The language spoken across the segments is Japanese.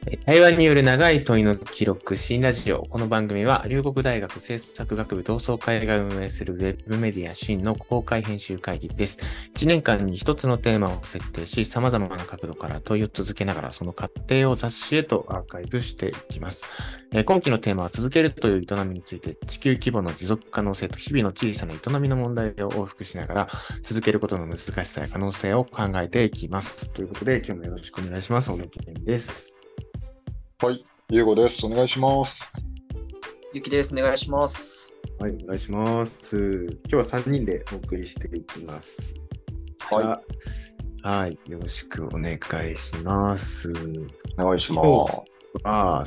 対話による長い問いの記録、新ラジオ。この番組は、龍谷大学政策学部同窓会が運営するウェブメディア新の公開編集会議です。1年間に一つのテーマを設定し、様々な角度から問いを続けながら、その過程を雑誌へとアーカイブしていきます。今期のテーマは、続けるという営みについて、地球規模の持続可能性と日々の小さな営みの問題を往復しながら、続けることの難しさや可能性を考えていきます。ということで、今日もよろしくお願いします。小野健です。 はい、ゆうごです。お願いします。 ゆきです。お願いします。 はい、お願いします。今日は3人でお送りしていきます。 はい。 はい、よろしくお願いします。 お願いします。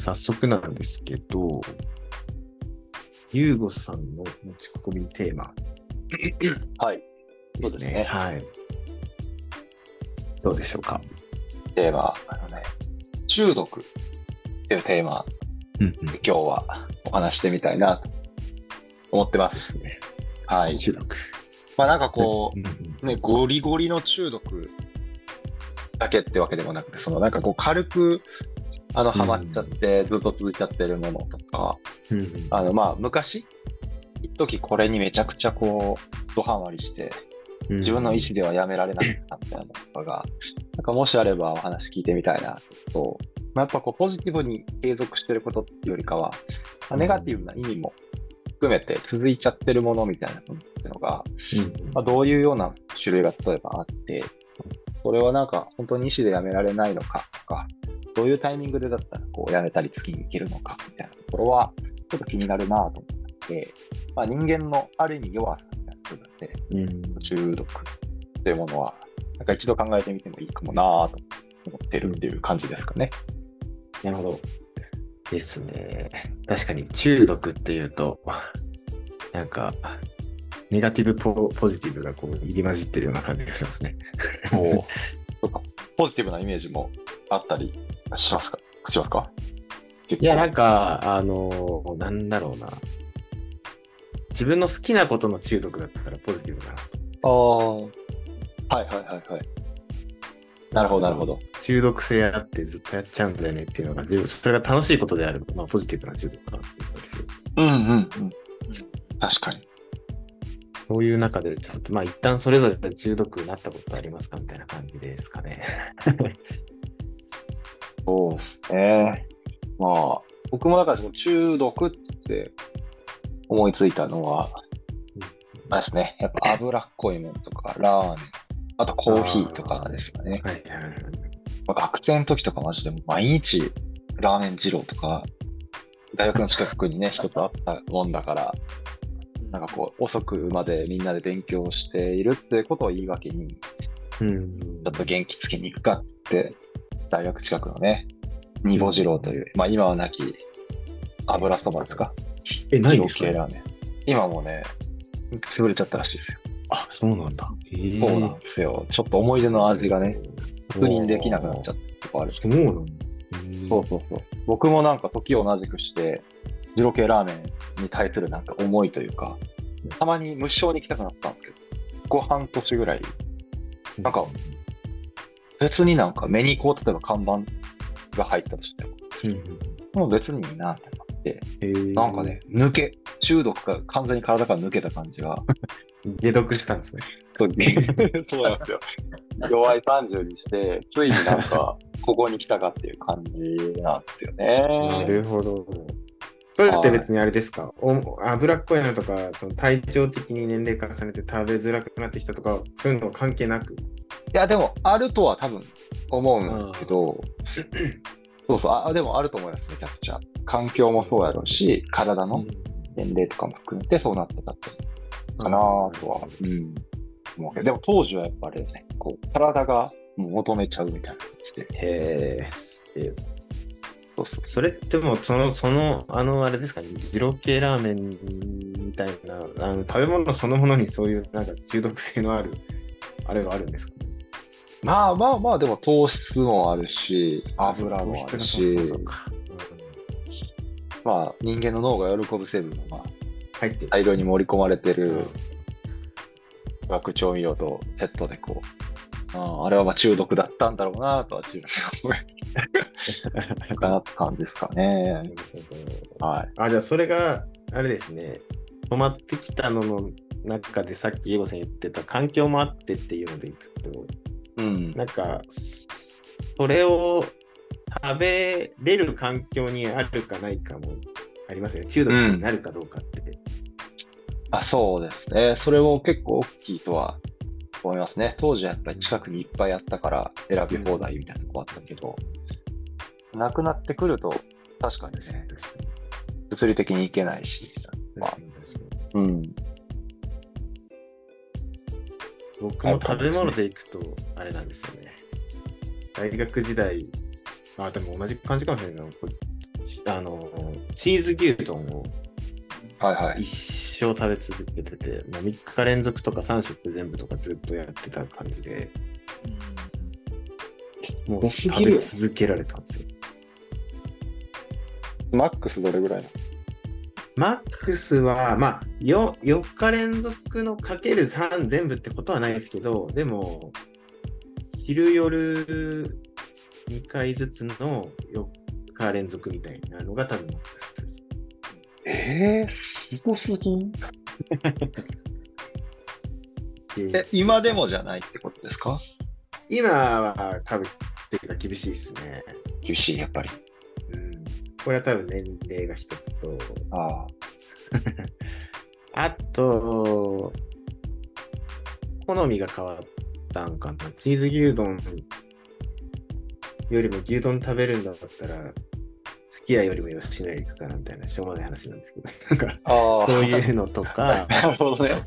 早速なんですけど、ゆうごさんの持ち込みテーマ。 はい。 そうですね。はい。どうでしょうか。 テーマ、中毒っていうテーマ、今日はお話してみたいなと思ってます。 ね、 はい。 中毒。 なんかこう、ね、ゴリゴリの中毒だけってわけでもなくて、なんかこう軽くハマっちゃって、ずっと続いちゃってるものとか、昔、一時これにめちゃくちゃこう、ドハマりして、自分の意思ではやめられなかったみたいなのとかが、なんかもしあればお話聞いてみたいなと、やっぱこうポジティブに継続してることっていうよりかは、ネガティブな意味も含めて続いちゃってるものみたいなものっていうのが、どういうような種類が例えばあって、それはなんか本当に意思でやめられないのかとか、どういうタイミングでだったらこうやめたり月に行けるのかみたいなところはちょっと気になるなと思って、人間のある意味弱さみたいな部分で、中毒っていうものはなんか一度考えてみてもいいかもなと思ってるっていう感じですかね。 なるほどですね。確かに中毒っていうとなんかネガティブポジティブがこう入り混じってるような感じがしますね。 ポジティブなイメージもあったりしますか？ いや、なんかなんだろうな。自分の好きなことの中毒だったらポジティブかなと。 はい。なるほど。 中毒性あってずっとやっちゃうんだよねっていうのが、それが楽しいことである、ポジティブな中毒かなっていうことですよ。 確かに。 そういう中で、ちょっと一旦それぞれ中毒になったことありますかみたいな感じですかね。 そうですね。僕もだから中毒って思いついたのは、あれですね。やっぱ脂っこいものとか、ラーメン、あとコーヒーとかですかね。学生の時とかマジで毎日ラーメン二郎とか、大学の近くにね、一つあったもんだから、なんかこう、遅くまでみんなで勉強しているってことを言い訳に、ちょっと元気つけに行くかって、大学近くのね、二母二郎という、今はなき油そばですか？ ないんですか？ ラーメン。今もね、潰れちゃったらしいですよ。 あ、そうなんだ。 そうなんですよ。ちょっと思い出の味がね、確認できなくなっちゃったとかある。 そうなんだ。 そう。僕もなんか時を同じくして、二郎系ラーメンに対するなんか思いというか、たまに無償に行きたくなったんですけど、ここ半年ぐらい、なんか、別になんか目にこう、例えば看板が入ったとしても、もう別にいいなって思って、なんかね、中毒が完全に体から抜けた感じが。 解毒したんですね。 そうなんですよ。弱い30にして、ついになんか、ここに来たかっていう感じなんですよね。 なるほど。それって別にあれですか、脂っこいのとか、その体調的に年齢重ねて食べづらくなってきたとか、そういうのは関係なく？ いや、でも、あるとは多分思うんだけど、でもあると思います、めちゃくちゃ。環境もそうやろうし、体の年齢とかも含めてそうなってたってかなとは、思うけど、でも当時はやっぱりね、こう体がもう求めちゃうみたいな感じで。 それってもうあれですかね、二郎系ラーメンみたいな食べ物そのものにそういうなんか中毒性のあるあれがあるんですかね？ でも糖質もあるし、油もあるし、人間の脳が喜ぶ成分も大量に盛り込まれてる化学調味料とセットでこう、あれは中毒だったんだろうなとは自分で思かなって感じですかね。 なるほど。 はい。 じゃあそれが、あれですね、止まってきたのの中でさっきエゴさん言ってた環境もあってっていうのでいくと、なんか、それを食べれる環境にあるかないかもありますよね。中毒になるかどうかって。 そうですね。それも結構大きいとは思いますね。当時はやっぱり近くにいっぱいあったから選び放題みたいなとこあったけど、なくなってくると確かにね、物理的に行けないし。 僕も食べ物でいくとあれなんですよね。大学時代、でも同じ感じかもしれないけど、チーズ牛丼を一生食べ続けてて、3日連続とか3食全部とかずっとやってた感じで、もう食べ続けられたんですよ。 マックスどれぐらいなの？ マックスは、4日連続のかける3全部ってことはないですけど、でも、昼夜2回ずつの4日連続みたいなのが多分マックスです。 すごすぎん今でもじゃないってことですか？ 今は多分っていうか厳しいですね。 厳しい、やっぱり。 これは多分年齢が一つと、あと、好みが変わったんかな。チーズ牛丼よりも牛丼食べるんだったら、すき家よりも吉野家行くかなみたいなしょうもない話なんですけど、なんかそういうのとか。 なるほどね。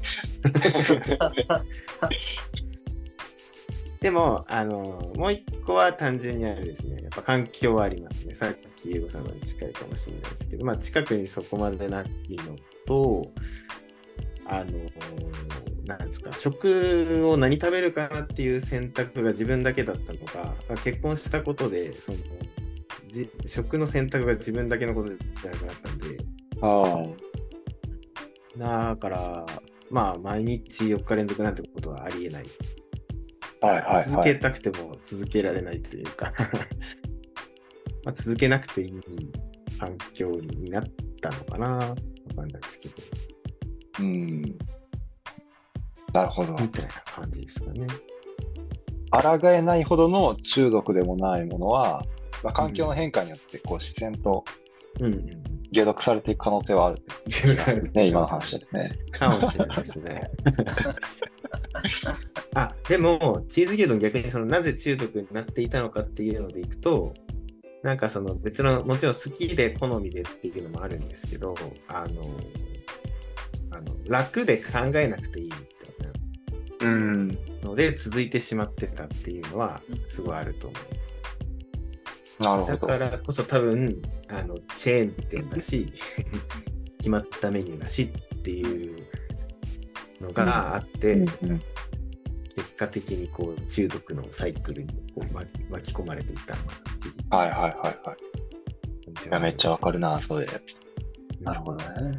でも、もう一個は単純にあれですね、やっぱ環境はありますね。さっき優吾さんに近いかもしれないですけど、近くにそこまでないのと、なんですか、食を何食べるかなっていう選択が自分だけだったのが、結婚したことで、食の選択が自分だけのことじゃなくなったんで、だから、毎日4日連続なんてことはありえない。続けたくても続けられないというか続けなくていい環境になったのかな、わかんないですけど。 なるほど。 みたいな感じですかね。 抗えないほどの中毒でもないものは、環境の変化によって自然と解毒されていく可能性はあるね、今の話ですね。 かもしれないですね。でも、チーズ牛丼逆になぜ中毒になっていたのかっていうのでいくと、なんか別の、もちろん好きで好みでっていうのもあるんですけど、楽で考えなくていいってので続いてしまってたっていうのはすごいあると思います。 なるほど。 だからこそ多分チェーン店だし決まったメニューだしっていうのがあって、結果的に中毒のサイクルに巻き込まれていったのかなっていう。 いや、めっちゃわかるな、それ。なるほどね。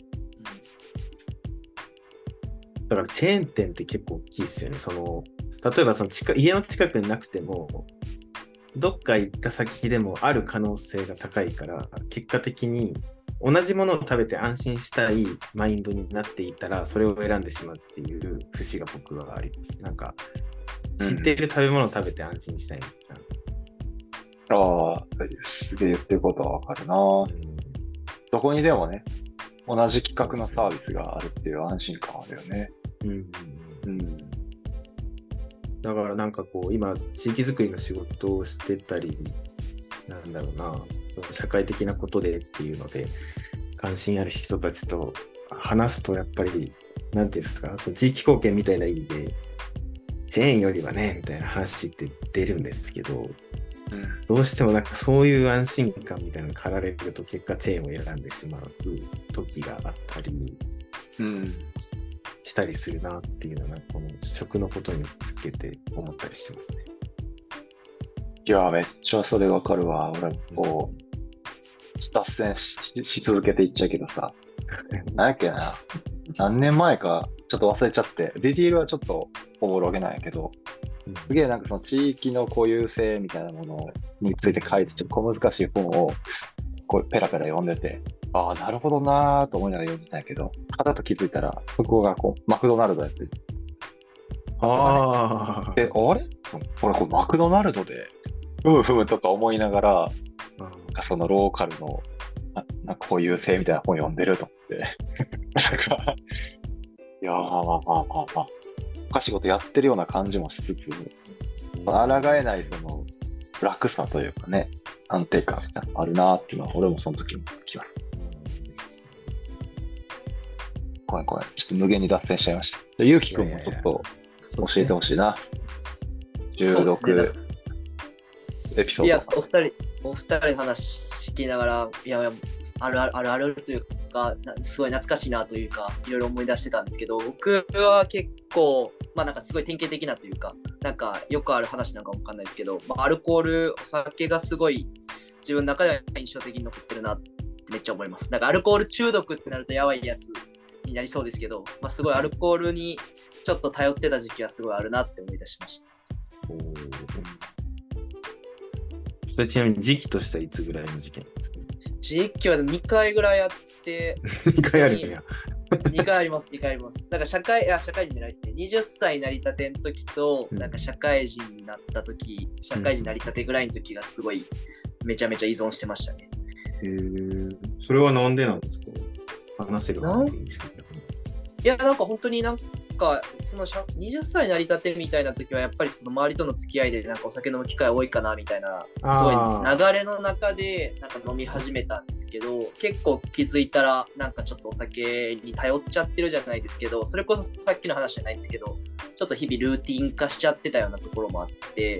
だからチェーン店って結構大きいですよね。例えば家の近くになくても、どっか行った先でもある可能性が高いから、結果的に同じものを食べて安心したいマインドになっていたら、それを選んでしまうっていう節が僕はあります。なんか、知っている食べ物を食べて安心したいみたいな。すげえ言ってることはわかるな。どこにでもね、同じ規格のサービスがあるっていう安心感あるよね。 だからなんか今地域づくりの仕事をしてたり、なんだろうな、社会的なことでっていうので関心ある人たちと話すと、やっぱりなんていうんですか、地域貢献みたいな意味でチェーンよりはねみたいな話って出るんですけど、どうしてもなんかそういう安心感みたいなのに駆られると、結果チェーンを選んでしまう時があったりしたりするなっていうのは、この食のことにつけて思ったりしてますね。 いや、めっちゃそれわかるわ。俺も脱線 し続けていっちゃうけどさ、なんやっけな、何年前かちょっと忘れちゃって、ディティールはちょっとおぼろげなんやけど、すげえなんか地域の固有性みたいなものをについて書いて、ちょっと小難しい本をこうペラペラ読んでて、ああ、なるほどなーと思いながら読んでたんやけど、はたと気づいたら、向こうがこうマクドナルドやってて、 ああ。 で、あれ俺これマクドナルドで、ふむとか思いながら、なんかそのローカルの、なんかこういう性みたいな本読んでると思って、なんか、いやー、おかしいことやってるような感じもしつつ、抗えないその楽さというかね、安定感があるなっていうのは、俺もその時も気がする。ごめん、ちょっと無限に脱線しちゃいました。ゆうきくんもちょっと教えてほしいな。中毒エピソード。 いや、お二人の話聞きながら、いや、あるというか、すごい懐かしいなというか、いろいろ思い出してたんですけど、僕は結構、なんかすごい典型的なというか、なんかよくある話なんかわかんないですけど、アルコール、お酒がすごい自分の中では印象的に残ってるなってめっちゃ思います。なんかアルコール中毒ってなるとやばいやつになりそうですけど、すごいアルコールにちょっと頼ってた時期はすごいあるなって思い出しました。 それちなみに時期としてはいつぐらいの事件ですか？ 時期は2回ぐらいあって、 2回あるんや。 2回あります。なんか社会人じゃないですね。20歳になりたての時と、なんか社会人になった時、社会人になりたてぐらいの時がすごいめちゃめちゃ依存してましたね。 それはなんでなんですか？話せる範囲でいいんですけど。 いや、なんか本当になんかその20歳になりたてみたいな時はやっぱりその周りとの付き合いでなんかお酒飲む機会多いかなみたいなすごい流れの中でなんか飲み始めたんですけど、結構気づいたらなんかちょっとお酒に頼っちゃってるじゃないですけど、それこそさっきの話じゃないんですけど、ちょっと日々ルーティン化しちゃってたようなところもあって、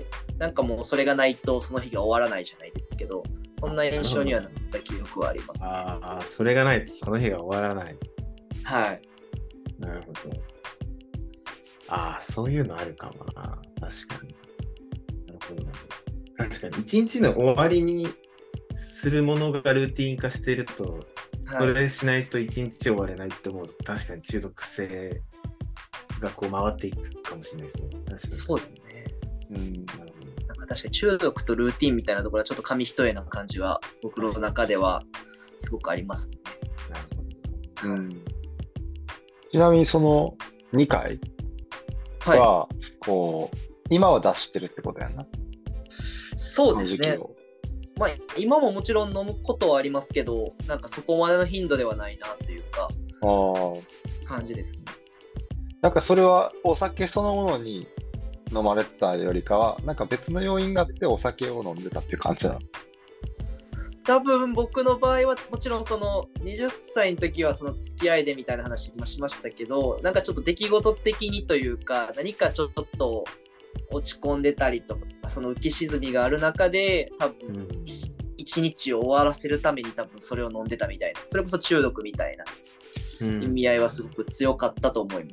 なんかもうそれがないとその日が終わらないじゃないですけど、そんな印象にはなった記憶はありますね。 それがないとその日が終わらない。 はい。 なるほど。そういうのあるかもな。確かに。なるほど。確かに、一日の終わりにするものがルーティン化していると、それしないと一日終われないって思うと、確かに中毒性がこう回っていくかもしれないですね。確かに。 そうですね。なんか確かに中毒とルーティンみたいなところはちょっと紙一重な感じは僕の中ではすごくありますね。 なるほど。 ちなみにその2回は、こう今は出してるってことやな。 そうですね。今ももちろん飲むことはありますけど、なんかそこまでの頻度ではないなというか感じですね。 なんかそれはお酒そのものに飲まれたよりかは、なんか別の要因があってお酒を飲んでたっていう感じなの？ 多分僕の場合はもちろんその20歳の時はその付き合いでみたいな話もしましたけど、なんかちょっと出来事的にというか何かちょっと落ち込んでたりとかその浮き沈みがある中で多分一日を終わらせるために多分それを飲んでたみたいな、それこそ中毒みたいな意味合いはすごく強かったと思います。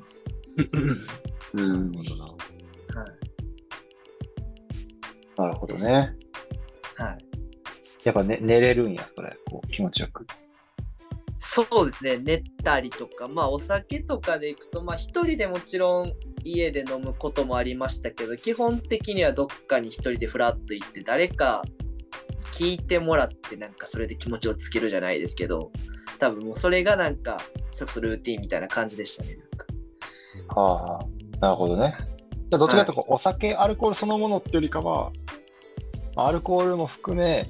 なるほどね。 はい。 やっぱ、ね、寝れるんや、それ、こう気持ちよく。 そうですね、寝たりとか、お酒とかでいくと、一人でもちろん家で飲むこともありましたけど、基本的にはどっかに一人でフラッと行って、誰か聞いてもらって、なんかそれで気持ちをつけるじゃないですけど、多分もうそれがなんか、それこそルーティンみたいな感じでしたね。 なるほどね。じゃあどっちかというと、お酒、アルコールそのものってよりかは、アルコールも含め、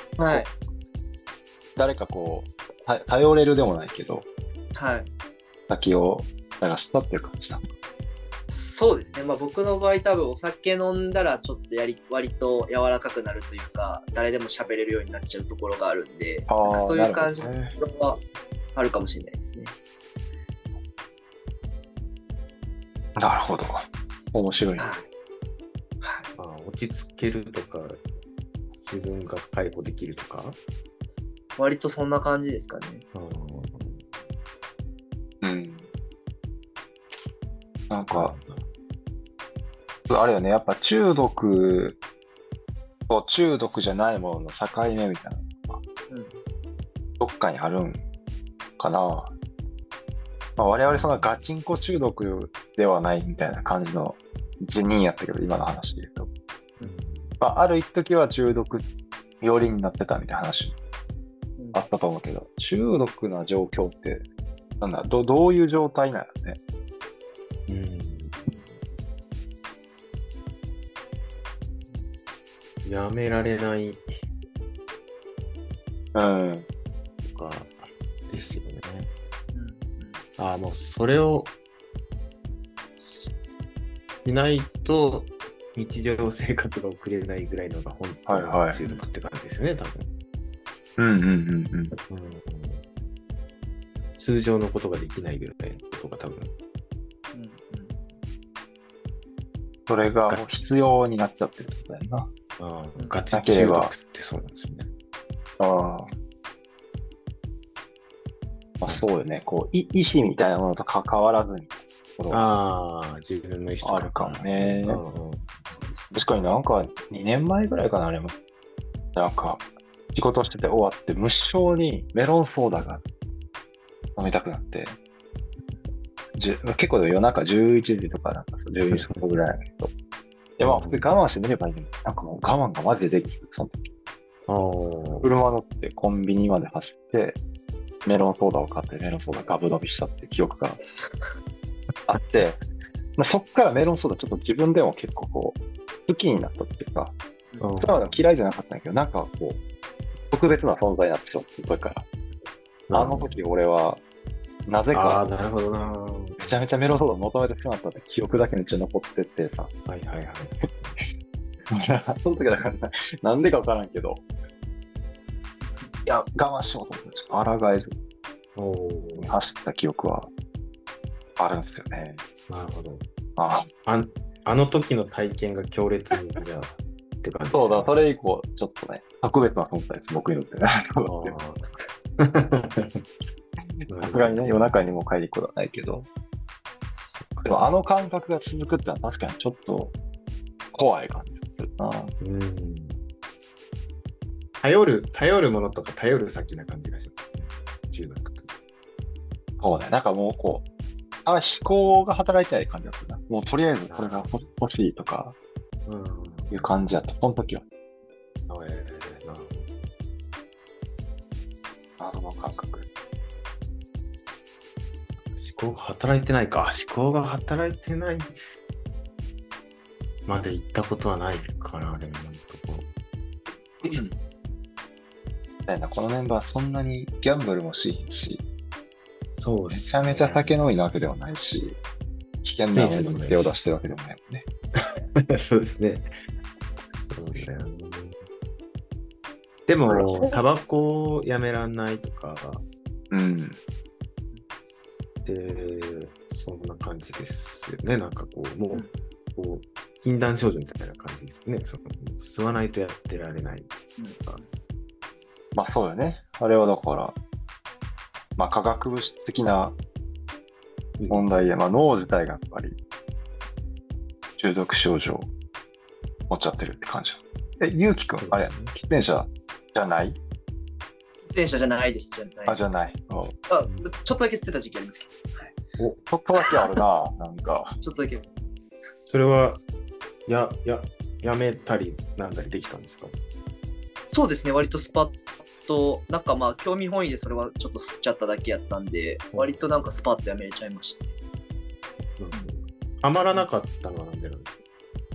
誰かこう頼れるでもないけど、先を探したっていう感じなのか。 そうですね。僕の場合多分お酒飲んだらちょっと割と柔らかくなるというか、誰でも喋れるようになっちゃうところがあるんで、そういう感じはあるかもしれないですね。 なるほど。面白いね。 落ち着けるとか、自分が介護できるとか、 割とそんな感じですかね。 なんかあれよね、やっぱ中毒と中毒じゃないものの境目みたいなのが、どっかにあるんかな。我々そんなガチンコ中毒ではないみたいな感じの辞任やったけど、今の話で言うと、 ある一時は中毒寄りになってたみたいな話あったと思うけど、中毒な状況って、どういう状態なのね。 やめられない。とかですよね。もうそれをしないと日常生活が送れないぐらいのが本当の中毒って感じですよね、多分。通常のことができないぐらいのことが多分。 それがもう必要になっちゃってるってことだよな。 ガチ中毒ってそうなんですよね。 そうよね。こう意思みたいなものと関わらずに。 自分の意思あるかもね。確かになんか2年前ぐらいかな、あれも。なんか仕事してて終わって無性にメロンソーダが飲みたくなって、結構夜中11時とかなんか11時ぐらいだけど、で普通に我慢して寝ればいいのに、なんかもう我慢がマジでできる、その時。車乗ってコンビニまで走って、メロンソーダを買ってメロンソーダガブ飲みしたって記憶があって、そっからメロンソーダちょっと自分でも結構こう好きになったっていうか、それは嫌いじゃなかったんだけど、なんかこう特別な存在になってしまってそれから、あの時俺はなぜかなるほどな、 めちゃめちゃメロンソーダを求めてしまったって記憶だけめっちゃ残っててさ、その時だからなんでか分からんけど、いや我慢しようと思って抗えず走った記憶はあるんですよね。 なるほど。あの時の体験が強烈にじゃあって感じですね。 そうだ、それ以降ちょっとね特別な存在です、僕にとってね。さすがにね夜中にも帰りっこではないけど、でもあの感覚が続くってのは確かにちょっと怖い感じがするな。 頼るものとか頼る先な感じがしますね、中毒。 そうね、なんかもうこう思考が働いてない感じがするな。もうとりあえずこれが欲しいとかいう感じだった、その時は。あの感覚。 思考が働いてないか。思考が働いてないまで行ったことはないかな、でも今のところ。このメンバーそんなにギャンブルもしんし、 そうですね、 めちゃめちゃ酒飲みなわけではないし、危険なものに手を出してるわけでもないもんね。そうですね。そうだよね。でも、タバコをやめらんないとか、で、そんな感じですよね。なんかこう、もう、こう、禁断症状みたいな感じですね。吸わないとやってられないとか。 そうよね。あれはだから、化学物質的な問題で、脳自体がやっぱり中毒症状を持っちゃってるって感じ。ゆうきくん、あれ、喫煙者じゃない？ 喫煙者じゃないです。 じゃない。 ちょっとだけ捨てた時期ありますけど。ちょっとだけあるな、なんか。 ちょっとだけ。 それは、やめたりなんだりできたんですか？ そうですね、割とスパッと、なんか興味本位でそれはちょっと吸っちゃっただけやったんで、割となんかスパッとやめれちゃいました。 はまらなかったのはなんでなんですか？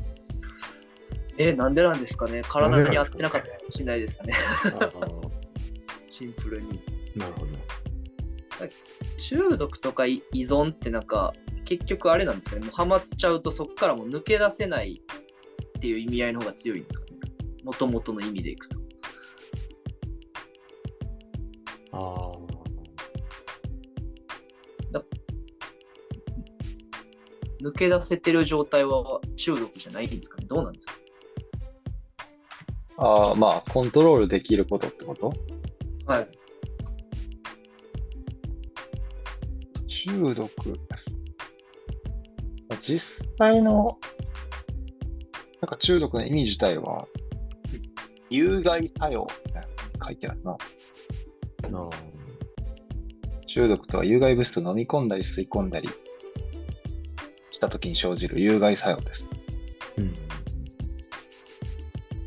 なんでなんですかね。体に合ってなかったかもしれないですかね。シンプルに。 なるほど。 中毒とか依存ってなんか結局あれなんですかね。もうハマっちゃうとそこからもう抜け出せないっていう意味合いの方が強いんですかね。元々の意味でいくと。抜け出せてる状態は中毒じゃないんですかね。どうなんですか？ コントロールできることってこと？ はい。 中毒。実際のなんか中毒の意味自体は有害作用みたいなのに書いてあるな。中毒とは有害物質を飲み込んだり吸い込んだりしたときに生じる有害作用です。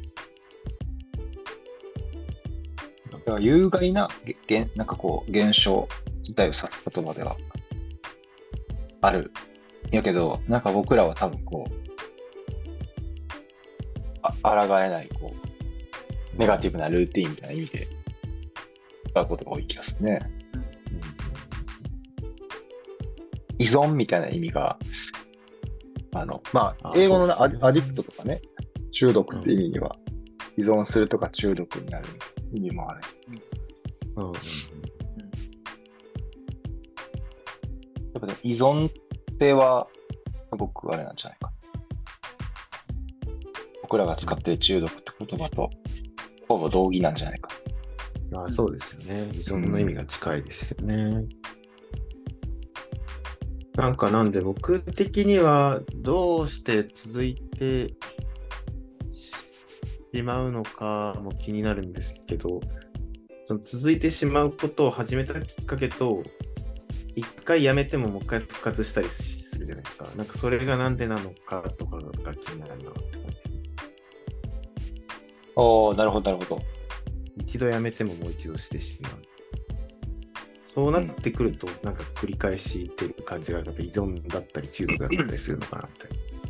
だから有害ななんかこう現象自体を指す言葉ではあるやけど、なんか僕らは多分こう抗えないこうネガティブなルーティーンみたいな意味で使うことが多い気がするね。依存みたいな意味がまあ英語のアディクトとかね、中毒って意味には依存するとか中毒になる意味もある。やっぱね、依存性はすごくあれなんじゃないか。僕らが使っている中毒って言葉とほぼ同義なんじゃないか。 そうですよね。依存の意味が近いですよね。なんで僕的にはどうして続いてしまうのかも気になるんですけど、その続いてしまうことを始めたきっかけと、一回やめてももう一回復活したりするじゃないですか。なんかそれがなんでなのかとかが気になるなって感じですね。 なるほどなるほど。 一度やめてももう一度してしまう。そうなってくると、なんか繰り返しっていう感じが、やっぱ依存だったり中毒だったりするのかなって。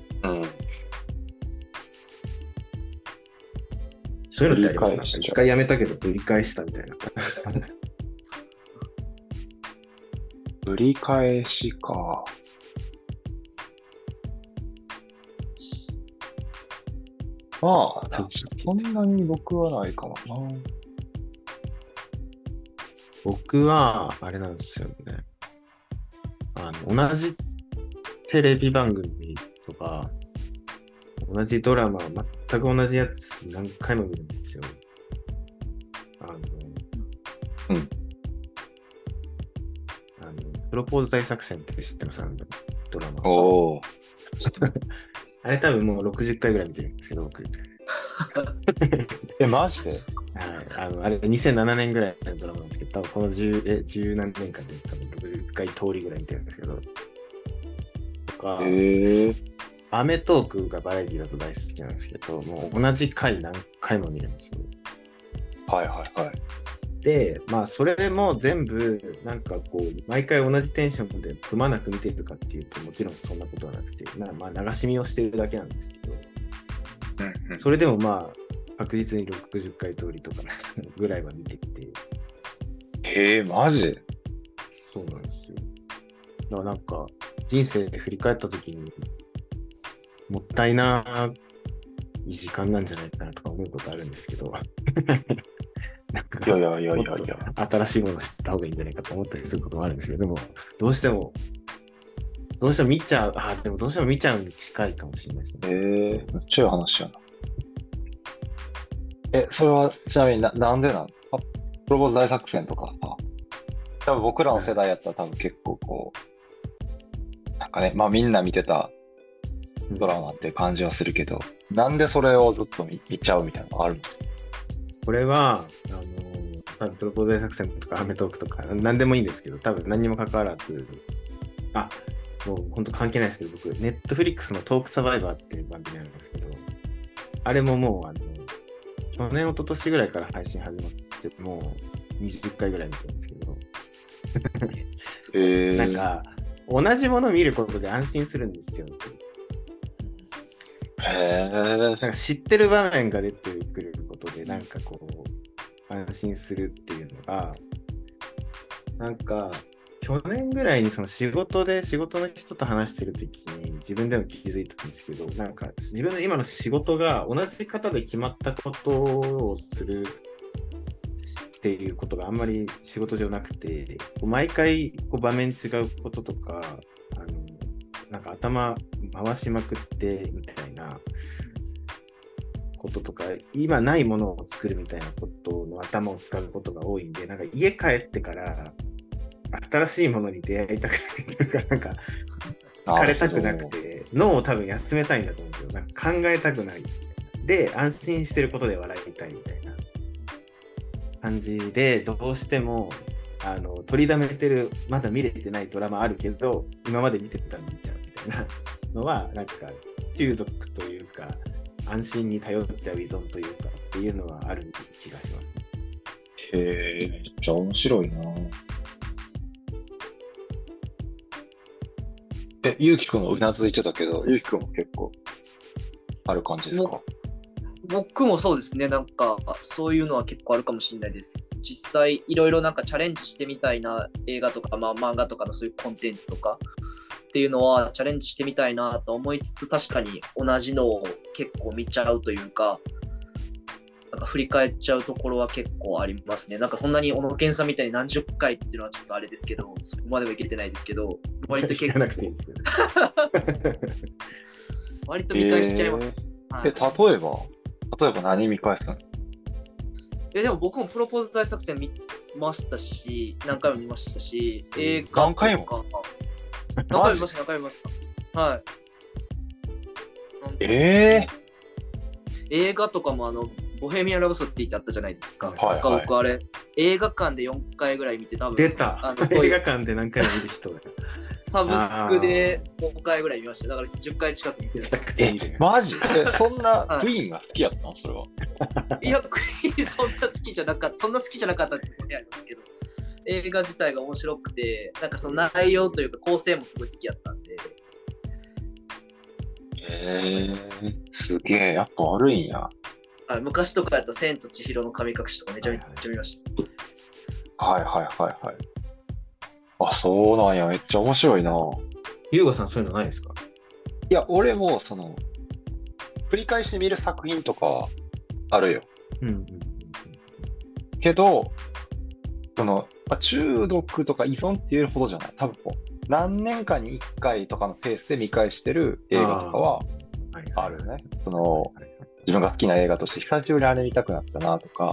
そういうのってありますか？一回やめたけど繰り返したみたいな。 繰り返しか。まあ、そんなに僕はないかもな。 僕は、あれなんですよね。同じテレビ番組とか、同じドラマ、全く同じやつ何回も見るんですよ。プロポーズ大作戦って知ってます？ドラマ。知ってます。あれ多分もう60回ぐらい見てるんですけど、僕。 マジで？ はい。あれ2007年ぐらいのドラマなんですけど、多分この10何年間で多分60回通りぐらい見てるんですけど。とか、アメトークがバラエティだと大好きなんですけど、もう同じ回何回も見るんですよ。 はいはいはい。 で、それも全部、なんかこう、毎回同じテンションでくまなく見てるかっていうと、もちろんそんなことはなくて、流し見をしてるだけなんですけど、それでも確実に60回通りとかぐらいは見てて。 マジ？ そうなんですよ。だからなんか、人生で振り返ったときに、もったいない時間なんじゃないかなとか思うことあるんですけど。 いや。 新しいものを知った方がいいんじゃないかと思ったりすることもあるんですけど、でも、どうしても見ちゃう、でもどうしても見ちゃうに近いかもしれないですね。 めっちゃいい話やな。それはちなみになんでなん？プロポーズ大作戦とかさ、多分僕らの世代やったら多分結構こう、なんかね、みんな見てたドラマっていう感じはするけど、なんでそれをずっと見ちゃうみたいなのがあるの？ これは、多分プロポーズ大作戦とかアメトークとか何でもいいんですけど、多分何にも関わらず、もう本当関係ないですけど、僕、ネットフリックスのトークサバイバーっていう番組なんですけど、あれももう去年、一昨年ぐらいから配信始まって、もう20回ぐらい見てるんですけど、なんか、同じものを見ることで安心するんですよ。なんか知ってる場面が出てくることで、なんかこう、安心するっていうのが、なんか、去年ぐらいにその仕事の人と話してるときに自分でも気づいたんですけど、なんか自分の今の仕事が同じ方で決まったことをするっていうことがあんまり仕事上なくて、毎回場面違うこととか、なんか頭回しまくってみたいなこととか、今ないものを作るみたいなことの頭を使うことが多いんで、なんか家帰ってから新しいものに出会いたくないというか、なんか疲れたくなくて、脳を多分休めたいんだと思うんですよ。なんか考えたくない。で、安心してることで笑いたいみたいな感じで、どうしても取りだめてる、まだ見れてないドラマあるけど、今まで見てたの見ちゃうみたいなのは、なんか中毒というか、安心に頼っちゃう依存というかっていうのはある気がしますね。 へえ、めっちゃ面白いな。ゆうきくんもうなずいてたけど、ゆうきくんも結構ある感じですか？ 僕もそうですね、なんかそういうのは結構あるかもしれないです。実際いろいろなんかチャレンジしてみたいな映画とか、まあ、漫画とかのそういうコンテンツとかっていうのはチャレンジしてみたいなと思いつつ、確かに同じのを結構見ちゃうというか、なんか振り返っちゃうところは結構ありますね。なんかそんなに小野健さんみたいに何十回っていうのはちょっとあれですけど、そこまではいけてないですけど、割と結構なくていいですよ。 割と見返しちゃいます。 例えば何見返すの？ でも僕もプロポーズ大作戦見ましたし、何回も見ましたし、映画とか何回も何回も見ました。はい。映画とかもボヘミアン・ラブソディってあったじゃないですか。 はいはい、 僕あれ、映画館で4回ぐらい見て、多分出た映画館で何回も見る人だ。 サブスクで5回ぐらい見ました。だから10回近く見てる。 マジそんなクイーンが好きやったのそれは。 いや、クイーンそんな好きじゃなかったってことありますけど、映画自体が面白くて、なんかその内容というか構成もすごい好きやったんで。 すげえ、やっぱ悪いんや。 昔とかやったら千と千尋の神隠しとかめちゃめちゃ見ました。 はい。あ、そうなんや。めっちゃ面白いな。 ゆうごさんそういうのないですか？ いや、俺も繰り返し見る作品とかあるよ。けど、中毒とか依存っていうほどじゃない。多分何年かに1回とかのペースで見返してる映画とかはあるよね。自分が好きな映画として久しぶりにあれ見たくなったなとか。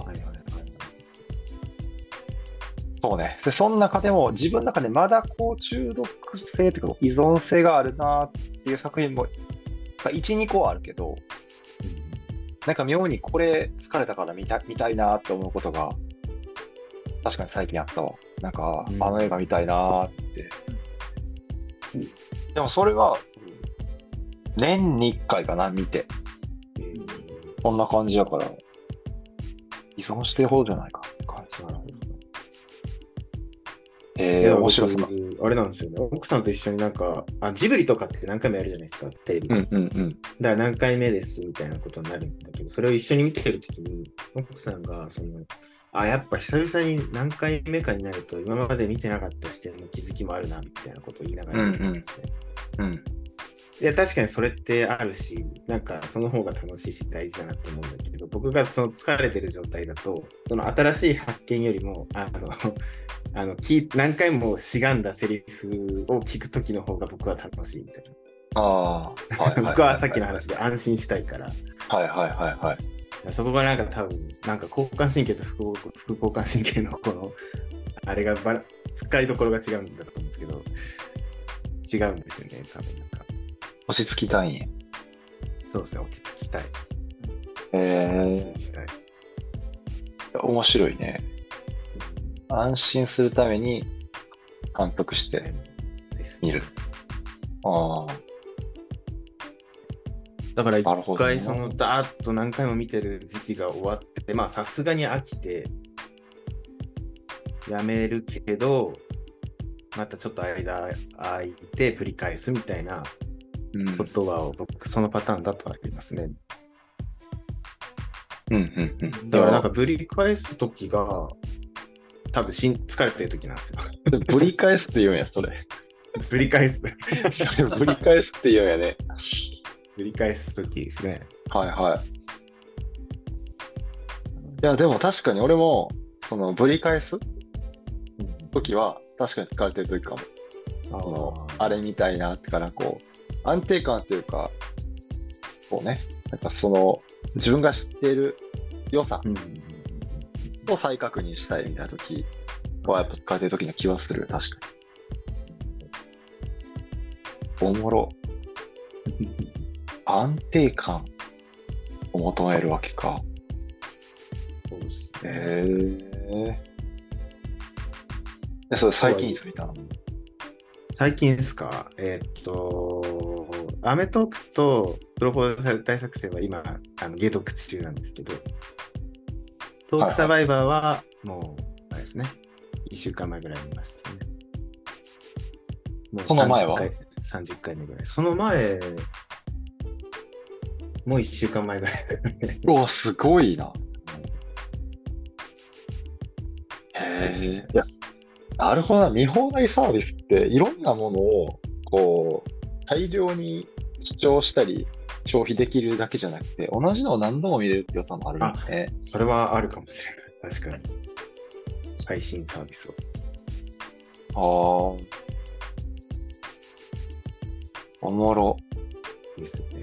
そうね。で、その中でも自分の中でまだ中毒性というか依存性があるなっていう作品も1、2個はあるけど、なんか妙にこれ疲れたから見たいなって思うことが確かに最近あったわ。なんか、あの映画見たいなって。でもそれは年に1回かな、見て。こんな感じだから、依存してるほどじゃないかって感じ。なるほど。面白そうな。 あれなんですよね。奥さんと一緒になんか、ジブリとかって何回もやるじゃないですか、テレビで。だから何回目ですみたいなことになるんだけど、それを一緒に見てるときに、奥さんが、やっぱ久々に何回目かになると、今まで見てなかった視点の気づきもあるな、みたいなことを言いながら見てるんですね。いや、確かにそれってあるし、なんかその方が楽しいし大事だなって思うんだけど、僕が疲れてる状態だと、新しい発見よりも、何回もしがんだセリフを聞くときの方が僕は楽しいみたいな。僕はさっきの話で安心したいから。そこがなんか多分、なんか交感神経と副交感神経のあれが使いどころが違うんだと思うんですけど、違うんですよね、多分なんか。 落ち着きたいんや。 そうですね、落ち着きたい。 安心したい。面白いね。安心するために監督して見る。 だから一回ダーッと何回も見てる時期が終わって、まあさすがに飽きてやめるけど、またちょっと間空いて繰り返すみたいなことは僕そのパターンだとありますね。だからなんかぶり返すときが多分疲れてるときなんですよ。 ぶり返すって言うんや、それ。 ぶり返す。 ぶり返すって言うんやね。 ぶり返すときですね。 いや、でも確かに俺も、ぶり返すときは確かに疲れてるときかも。あれみたいなってから安定感というか、なんか自分が知っている良さを再確認したいみたいなときはやっぱ疲れてるときな気はする、確かに。おもろ。安定感を求めるわけか。 そうですね。 それ最近いつ見たの？ 最近ですか？アメトークとプロポーズ大作戦は今、解読中なんですけど、トークサバイバーはもう、あれですね。1週間前ぐらいに見ましたね。もうその前は 30回目ぐらい。その前、もう1週間前ぐらい。 うわ、すごいな。へえ。いや、なるほどな。見放題サービスっていろんなものをこう大量に視聴したり消費できるだけじゃなくて、同じのを何度も見れるって良さもあるよね。 それはあるかもしれない。確かに。配信サービスを。 ああ。おもろ。 ですね。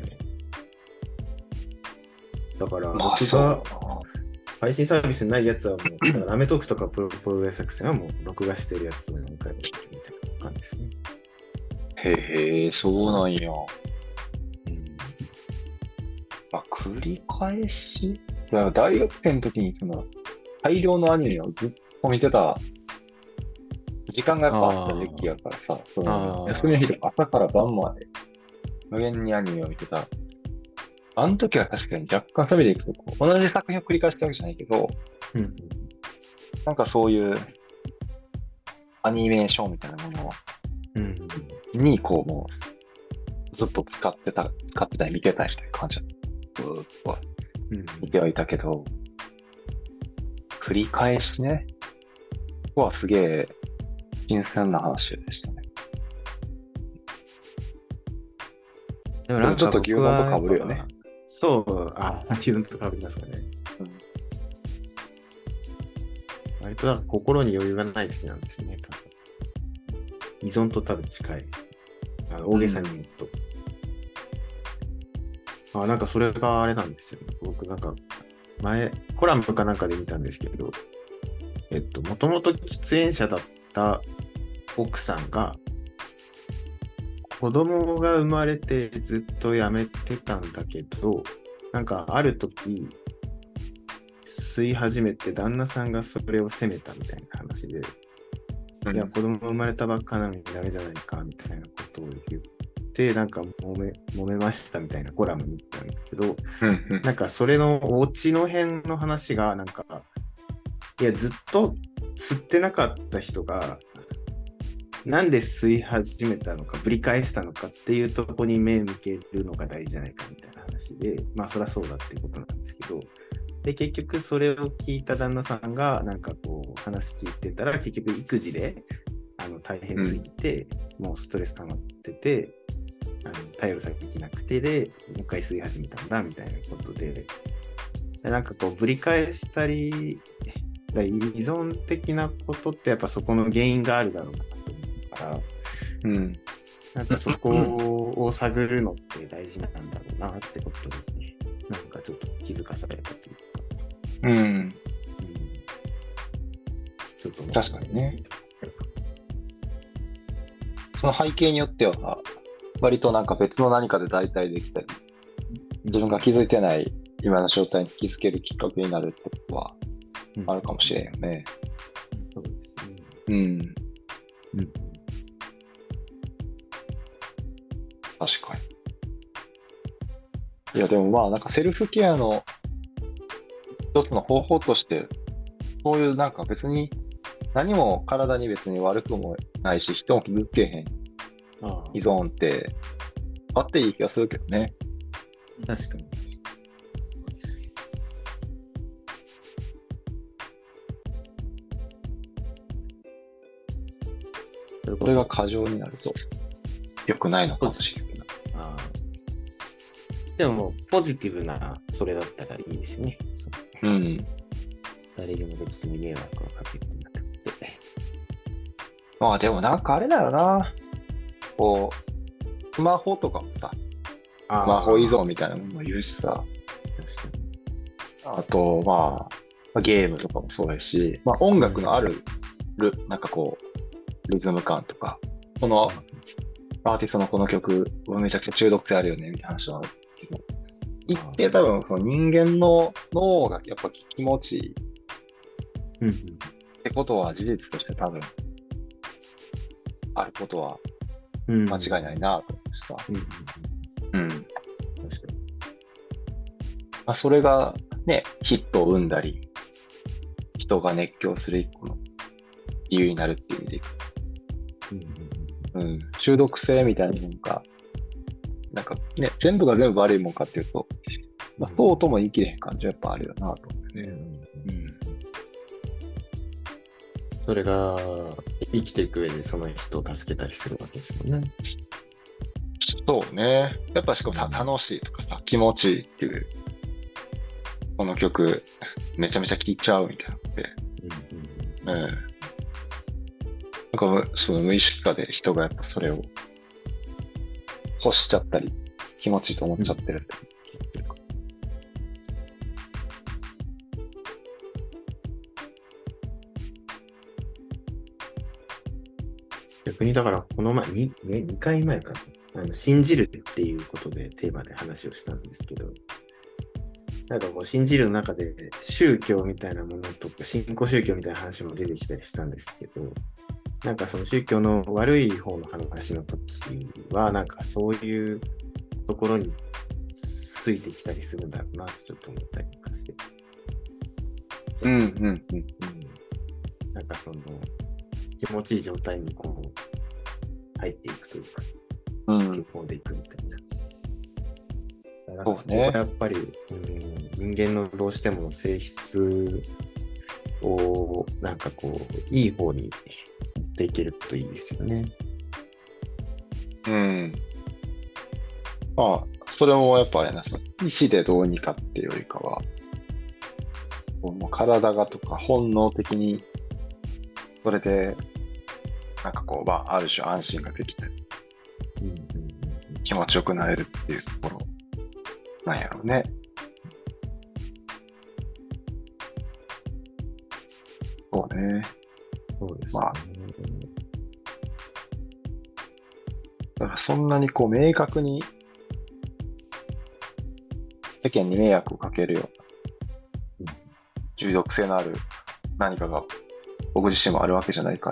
だから、 まあ、 僕がそう。 配信サービスないやつはもう、だからアメトークとかプロ大作戦はもう録画してるやつを何回も見るみたいな感じですね。 へえ、そうなんや。 うんまあ、繰り返しだから大学生の時にその大量のアニメをずっと見てた時間がやっぱあった時期やからさ、その休みの日とか朝から晩まで無限にアニメを見てた。あの時は確かに若干サビでいくとこう同じ作品を繰り返したわけじゃないけど、 うんなんかそういうアニメーションみたいなものうんにこうもうずっと使ってたり見てたりという感じだった。ずーっとうん見てはいたけど、繰り返しね。ここはすげえ新鮮な話でしたね。 でもなんかちょっと牛丼と被るよね。 そう、牛丼と被りますかね。割となんか心に余裕がない時なんですよね、多分。依存と多分近いです。大げさに言うと。なんかそれがあれなんですよね。僕なんか前、コラムかなんかで見たんですけど、もともと喫煙者だった奥さんが、子供が生まれてずっと辞めてたんだけど、なんかある時、吸い始めて旦那さんがそれを責めたみたいな話で、いや、子供生まれたばっかなのにダメじゃないかみたいなことを言って、なんか揉めましたみたいなコラム見たんだけど、なんかそれのオチの辺の話が、なんか、いや、ずっと吸ってなかった人が、なんで吸い始めたのか、ぶり返したのかっていうところに目向けるのが大事じゃないかみたいな話で、まあそりゃそうだっていうことなんですけど、で、結局それを聞いた旦那さんが、なんかこう話聞いてたら、結局育児で大変すぎて、もうストレス溜まってて、頼る先できなくてで、もう一回吸い始めたんだみたいなことで、なんかこうぶり返したり、依存的なことってやっぱそこの原因があるだろうなと思うから、なんかそこを探るのって大事なんだろうなってことに、なんかちょっと気づかされたというか。 ちょっと確かにね。その背景によっては、割となんか別の何かで代替できたり、自分が気づいてない今の状態に気づけるきっかけになるってことはあるかもしれんよね。 そうですね。 確かに。いやでもまあなんかセルフケアの一つの方法として、そういうなんか別に何も体に別に悪くもないし、人も傷つけへん依存ってあっていい気がするけどね。 確かに。 これが過剰になると良くないのかもしれない。 でもポジティブなそれだったらいいですね。誰にも別に迷惑をかけてなくて。 まあでもなんかあれだよな。こう、スマホとかもさ、スマホ依存みたいなものも言うしさ。 確かに。 あと、まあ、ゲームとかもそうやし、まあ音楽のある、なんかこう、リズム感とか、このアーティストのこの曲はめちゃくちゃ中毒性あるよねみたいな話はあるけど、一定多分その人間の脳がやっぱ気持ちいいってことは事実として多分あることは間違いないなと思ってさ。 確かに。 まあ、それがね、ヒットを生んだり、 人が熱狂する一個の理由になるっていう意味でいくと、中毒性みたいなもんか、なんかね、全部が全部悪いもんかっていうと、そうとも言い切れへん感じはやっぱあるよなと思ってね。 それが生きていく上でその人を助けたりするわけですもんね。 そうね。やっぱしかも楽しいとかさ、気持ちいいっていう、この曲、めちゃめちゃ聴いちゃうみたいなので、なんかその無意識化で人がやっぱそれを欲しちゃったり、気持ちいいと思っちゃってるって聞いてるか。 逆にだからこの前2回前かな、信じるっていうことでテーマで話をしたんですけど、なんかこう信じるの中で宗教みたいなものとか新興宗教みたいな話も出てきたりしたんですけど、なんかその宗教の悪い方の話の時はなんかそういうところについてきたりするんだろうなとちょっと思ったりとかして、なんかその気持ちいい状態にこう入っていくというか、つけ込んでいくみたいな。だからそこはやっぱり、人間のどうしても性質をなんかこういい方に持っていけるといいですよね。 まあそれもやっぱあれな、その意思でどうにかっていうよりかは、もう体がとか本能的にそれでなんかこうある種安心ができて、気持ちよくなれるっていうところなんやろうね。そうね。 そうですね。 だからそんなにこう明確に世間に迷惑をかけるような、中毒性のある何かが僕自身もあるわけじゃないから、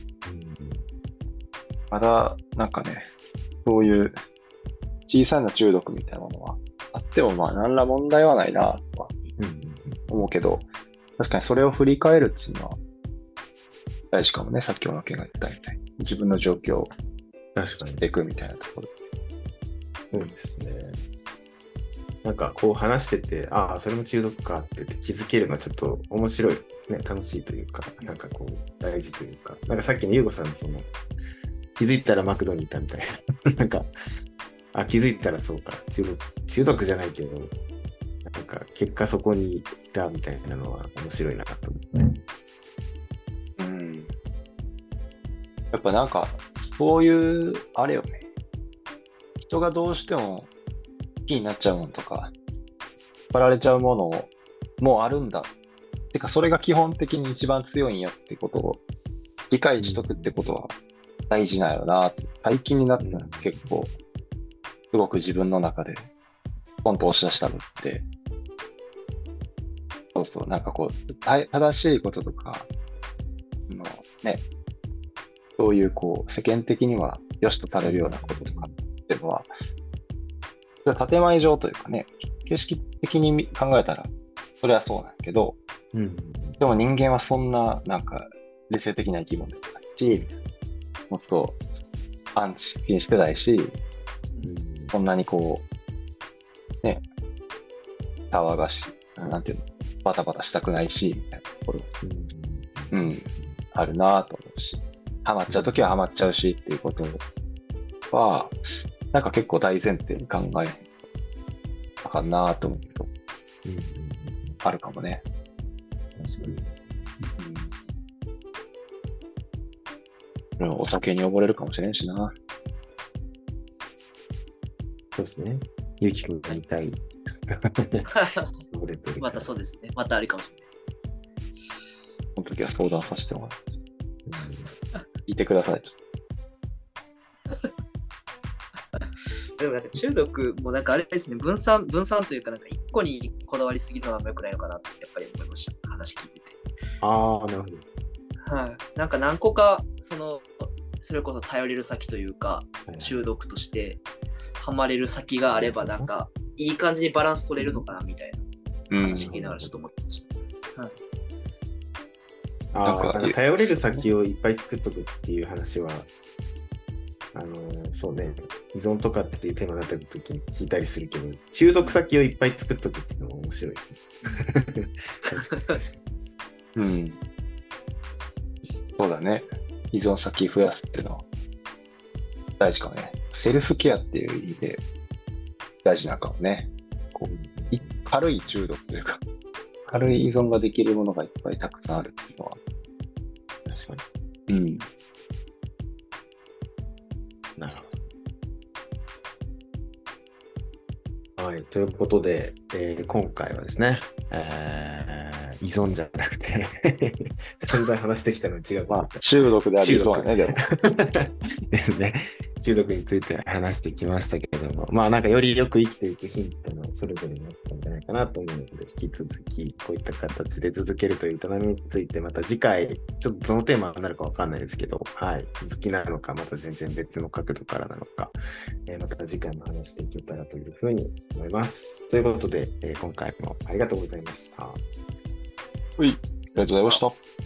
まだなんかね、そういう小さな中毒みたいなものはあっても何ら問題はないなとは思うけど、確かにそれを振り返るっていうのは大事かもね。さっきの件が言ったみたいに自分の状況をしていくみたいなところ。 そうですね。なんかこう話してて、それも中毒かって言って気づけるのはちょっと面白いですね。楽しいというか、なんかこう大事というか、なんかさっきのゆうごさんのその気づいたらマクドにいたみたいな、なんか気づいたらそうか中毒じゃないけど、なんか結果そこにいたみたいなのは面白いなと思って。 やっぱなんかそういうあれよね。人がどうしても好きになっちゃうものとか、引っ張られちゃうものもあるんだ。てかそれが基本的に一番強いんやってことを理解しとくってことは大事なんやろなって。最近になって結構すごく自分の中でポンと押し出したのって、そうなんかこう正しいこととかのね、そういうこう世間的には良しとされるようなこととかっていうのは、建前上というかね、形式的に考えたらそれはそうなんやけど、でも人間はそんななんか理性的な生き物でもないし、もっとアンチ気にしてないし、そんなにこうね、騒がしい、なんていうの、バタバタしたくないしみたいなところ、あるなぁと思うし、ハマっちゃうときはハマっちゃうしっていうことは、なんか結構大前提に考えあかんなぁと思うと、あるかもね。 確かに。お酒に溺れるかもしれんしな。 そうですね。ゆうきくんが言いたい。 またそうですね。またあるかもしれないです。 その時は相談させてもらう。聞いてください。 でもなんか中毒もなんかあれですね、分散というか、なんか一個にこだわりすぎるのは良くないのかなってやっぱり思いました。話聞いてて。 なるほど。 なんか何個かそれこそ頼れる先というか、中毒としてハマれる先があれば、なんかいい感じにバランス取れるのかなみたいな話聞きながらちょっと思ってました。 なんか頼れる先をいっぱい作っとくっていう話は、そうね、依存とかっていうテーマになった時に聞いたりするけど、中毒先をいっぱい作っとくっていうのも面白いですね。 うん。そうだね。依存先増やすっていうのは大事かもね。セルフケアっていう意味で大事なのかもね。こう軽い中毒というか、軽い依存ができるものがいっぱいたくさんあるっていうのは。 確かに。 うん。 なるほど。はい。ということで、今回はですね、依存じゃなくて散々話してきたのに違うこと言った。 中毒でありそうだね、でも。 ですね。中毒について話してきましたけれども、なんかよりよく生きていくヒントのそれぞれになったんじゃないかなと思うので、引き続きこういった形で続けるという営みについて、また次回、ちょっとどのテーマになるかわかんないですけど、はい、続きなのか、また全然別の角度からなのか、また次回も話していけたらというふうに思います。ということで、今回もありがとうございました。 はい、ありがとうございました。